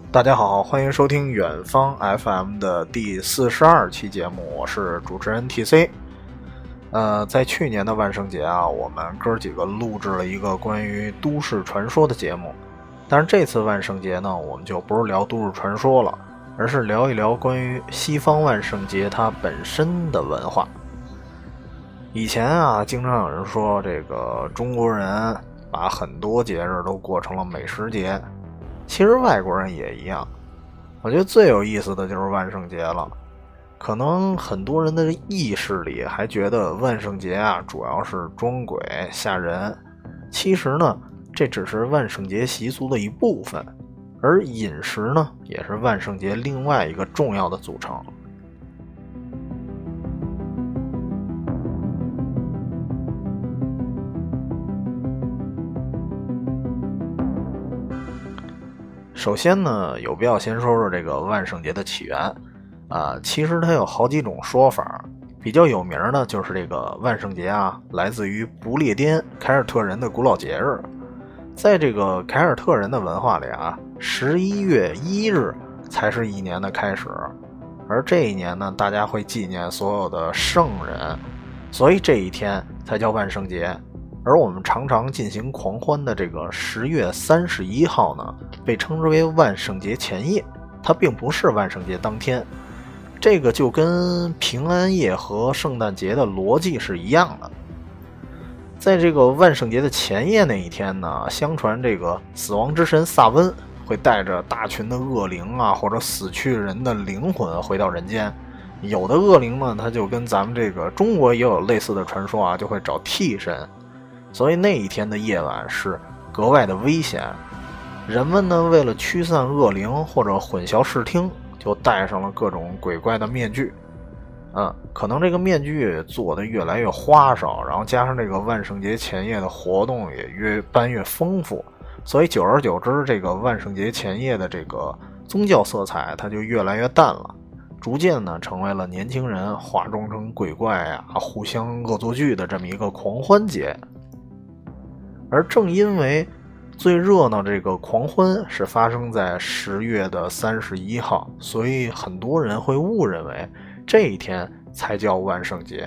大家好，欢迎收听远方 FM 的第42期节目，我是主持人 TC。在去年的万圣节啊，我们哥几个录制了一个关于都市传说的节目。但是这次万圣节呢，我们就不是聊都市传说了，而是聊一聊关于西方万圣节它本身的文化。以前啊，经常有人说这个中国人把很多节日都过成了美食节。其实外国人也一样，我觉得最有意思的就是万圣节了。可能很多人的意识里还觉得万圣节啊主要是装鬼吓人，其实呢这只是万圣节习俗的一部分，而饮食呢也是万圣节另外一个重要的组成。首先呢，有必要先说说这个万圣节的起源其实它有好几种说法，比较有名的就是这个万圣节啊，来自于不列颠凯尔特人的古老节日。在这个凯尔特人的文化里啊，11月1日才是一年的开始，而这一年呢，大家会纪念所有的圣人，所以这一天才叫万圣节。而我们常常进行狂欢的这个10月31号呢，被称之为万圣节前夜，它并不是万圣节当天。这个就跟平安夜和圣诞节的逻辑是一样的。在这个万圣节的前夜那一天呢，相传这个死亡之神萨温会带着大群的恶灵啊，或者死去人的灵魂回到人间。有的恶灵呢，它就跟咱们这个中国也有类似的传说啊，就会找替身。所以那一天的夜晚是格外的危险，人们呢为了驱散恶灵或者混淆视听，就戴上了各种鬼怪的面具。可能这个面具做得越来越花哨，然后加上这个万圣节前夜的活动也越办越丰富，所以久而久之，这个万圣节前夜的这个宗教色彩它就越来越淡了，逐渐呢成为了年轻人化妆成鬼怪啊，互相恶作剧的这么一个狂欢节。而正因为最热闹这个狂欢是发生在10月的31号，所以很多人会误认为这一天才叫万圣节。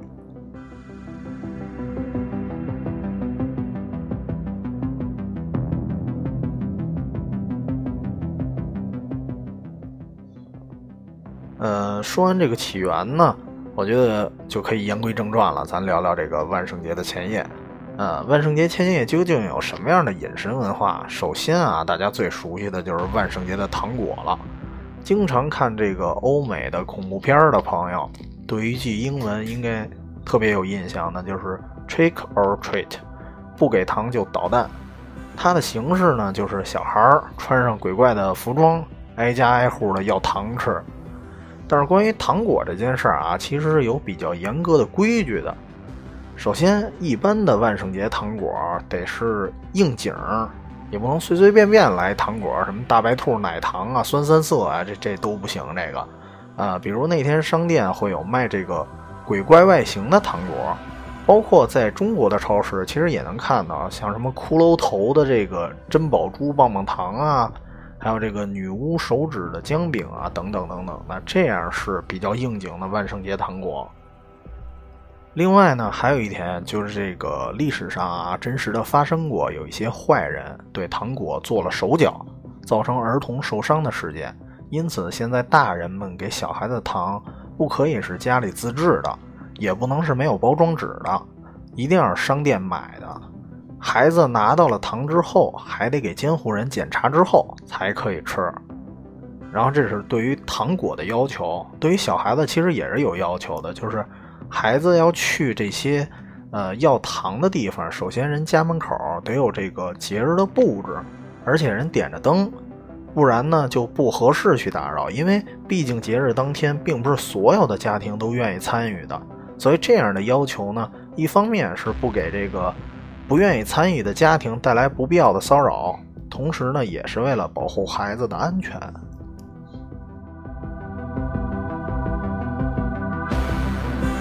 说完这个起源呢，我觉得就可以言归正传了，咱聊聊这个万圣节的前夜。万圣节前夜究竟有什么样的饮食文化？首先啊，大家最熟悉的就是万圣节的糖果了。经常看这个欧美的恐怖片的朋友，对于一句英文应该特别有印象，那就是 trick or treat， 不给糖就捣蛋。它的形式呢，就是小孩穿上鬼怪的服装，挨家挨户的要糖吃。但是关于糖果这件事啊，其实是有比较严格的规矩的。首先，一般的万圣节糖果得是应景，也不能随随便便来糖果，什么大白兔奶糖啊、酸三色啊，这都不行。这个比如那天商店会有卖这个鬼怪外形的糖果，包括在中国的超市其实也能看到，像什么骷髅头的这个珍宝珠棒棒糖啊，还有这个女巫手指的姜饼啊，等等等等。那这样是比较应景的万圣节糖果。另外呢，还有一点就是这个历史上啊，真实的发生过有一些坏人对糖果做了手脚，造成儿童受伤的事件。因此现在大人们给小孩的糖不可以是家里自制的，也不能是没有包装纸的，一定要是商店买的。孩子拿到了糖之后，还得给监护人检查之后才可以吃。然后这是对于糖果的要求。对于小孩子其实也是有要求的，就是孩子要去这些要糖的地方，首先人家门口得有这个节日的布置，而且人点着灯，不然呢就不合适去打扰，因为毕竟节日当天并不是所有的家庭都愿意参与的。所以这样的要求呢，一方面是不给这个不愿意参与的家庭带来不必要的骚扰，同时呢也是为了保护孩子的安全。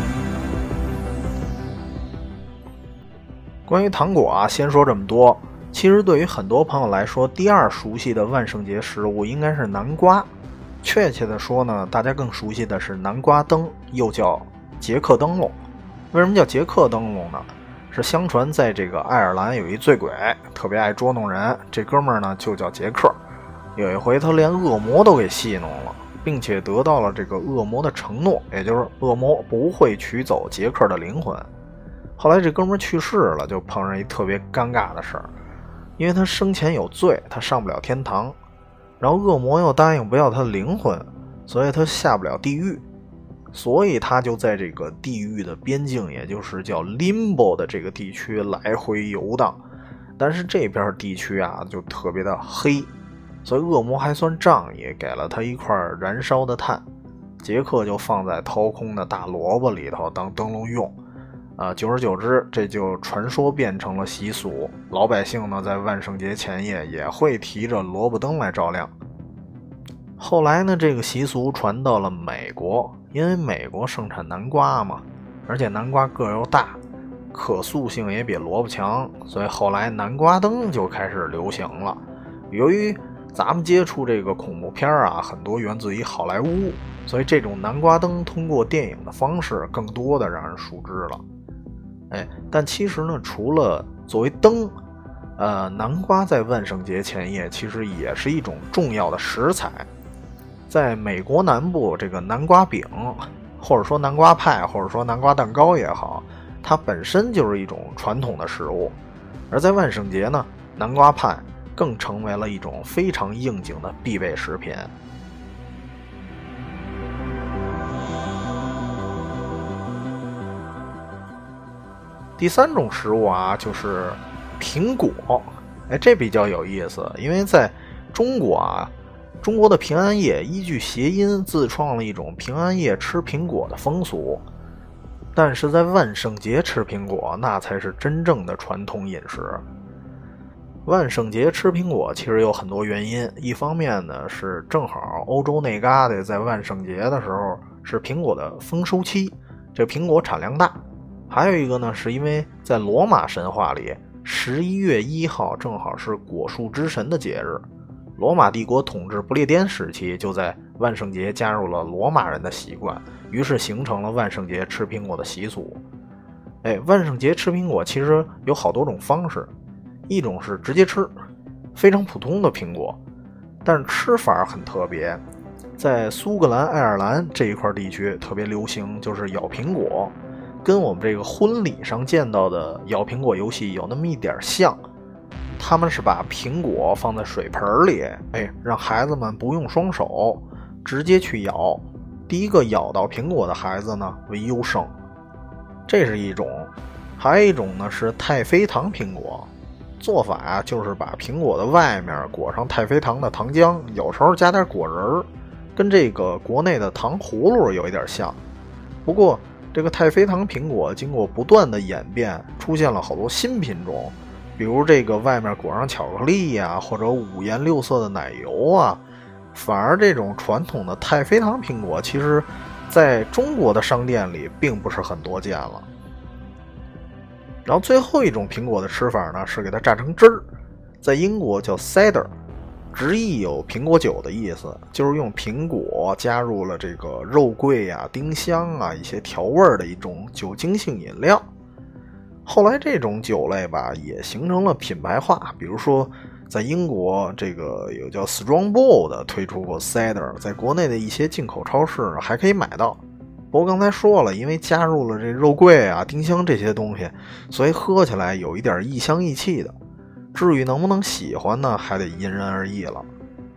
关于糖果啊，先说这么多。 其实对于很多朋友来说，第二熟悉的万圣节食物应该是南瓜。确切的说呢，大家更熟悉的是南瓜灯，又叫杰克灯笼。为什么叫杰克灯笼呢？是相传在这个爱尔兰有一醉鬼，特别爱捉弄人，这哥们儿呢就叫杰克。有一回他连恶魔都给戏弄了，并且得到了这个恶魔的承诺，也就是恶魔不会取走杰克的灵魂。后来这哥们儿去世了，就碰上一特别尴尬的事儿，因为他生前有罪，他上不了天堂，然后恶魔又答应不要他的灵魂，所以他下不了地狱，所以他就在这个地狱的边境，也就是叫 Limbo 的这个地区来回游荡。但是这片地区啊就特别的黑，所以恶魔还算仗义，给了他一块燃烧的炭，杰克就放在掏空的大萝卜里头当灯笼用。久而久之，这就传说变成了习俗。老百姓呢，在万圣节前夜也会提着萝卜灯来照亮。后来呢，这个习俗传到了美国，因为美国盛产南瓜嘛，而且南瓜个又大，可塑性也比萝卜强，所以后来南瓜灯就开始流行了。由于咱们接触这个恐怖片啊，很多源自于好莱坞，所以这种南瓜灯通过电影的方式，更多的让人熟知了。但其实呢，除了作为灯，南瓜在万圣节前夜其实也是一种重要的食材。在美国南部，这个南瓜饼，或者说南瓜派，或者说南瓜蛋糕也好，它本身就是一种传统的食物。而在万圣节呢，南瓜派更成为了一种非常应景的必备食品。第三种食物啊，就是苹果。这比较有意思，因为在中国啊，中国的平安夜依据谐音自创了一种平安夜吃苹果的风俗，但是在万圣节吃苹果，那才是真正的传统饮食。万圣节吃苹果其实有很多原因，一方面呢是正好欧洲那旮瘩在万圣节的时候是苹果的丰收期，这苹果产量大。还有一个呢，是因为在罗马神话里，11月1号正好是果树之神的节日。罗马帝国统治不列颠时期，就在万圣节加入了罗马人的习惯，于是形成了万圣节吃苹果的习俗。万圣节吃苹果其实有好多种方式，一种是直接吃，非常普通的苹果，但是吃法很特别。在苏格兰、爱尔兰这一块地区特别流行，就是咬苹果。跟我们这个婚礼上见到的咬苹果游戏有那么一点像，他们是把苹果放在水盆里，让孩子们不用双手，直接去咬，第一个咬到苹果的孩子呢为优胜。这是一种。还有一种呢是太妃糖苹果，做法啊就是把苹果的外面裹上太妃糖的糖浆，有时候加点果仁，跟这个国内的糖葫芦有一点像。不过这个太妃糖苹果经过不断的演变，出现了好多新品种，比如这个外面裹上巧克力啊，或者五颜六色的奶油啊。反而这种传统的太妃糖苹果，其实在中国的商店里并不是很多见了。然后最后一种苹果的吃法呢，是给它榨成汁儿，在英国叫 cider，直译有苹果酒的意思，就是用苹果加入了这个肉桂啊、丁香啊一些调味的一种酒精性饮料。后来这种酒类吧也形成了品牌化，比如说在英国这个有叫 Strongbow 的推出过 cider， 在国内的一些进口超市还可以买到。不过刚才说了，因为加入了这肉桂啊、丁香这些东西，所以喝起来有一点异香异气的。至于能不能喜欢呢，还得因人而异了。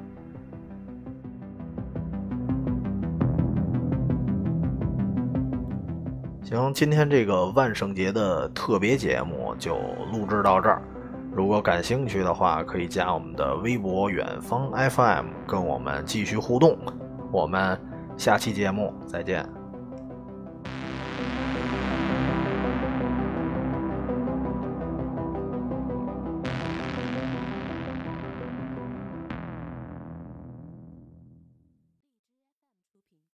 行，今天这个万圣节的特别节目就录制到这儿。如果感兴趣的话，可以加我们的微博远方 FM 跟我们继续互动。我们下期节目再见。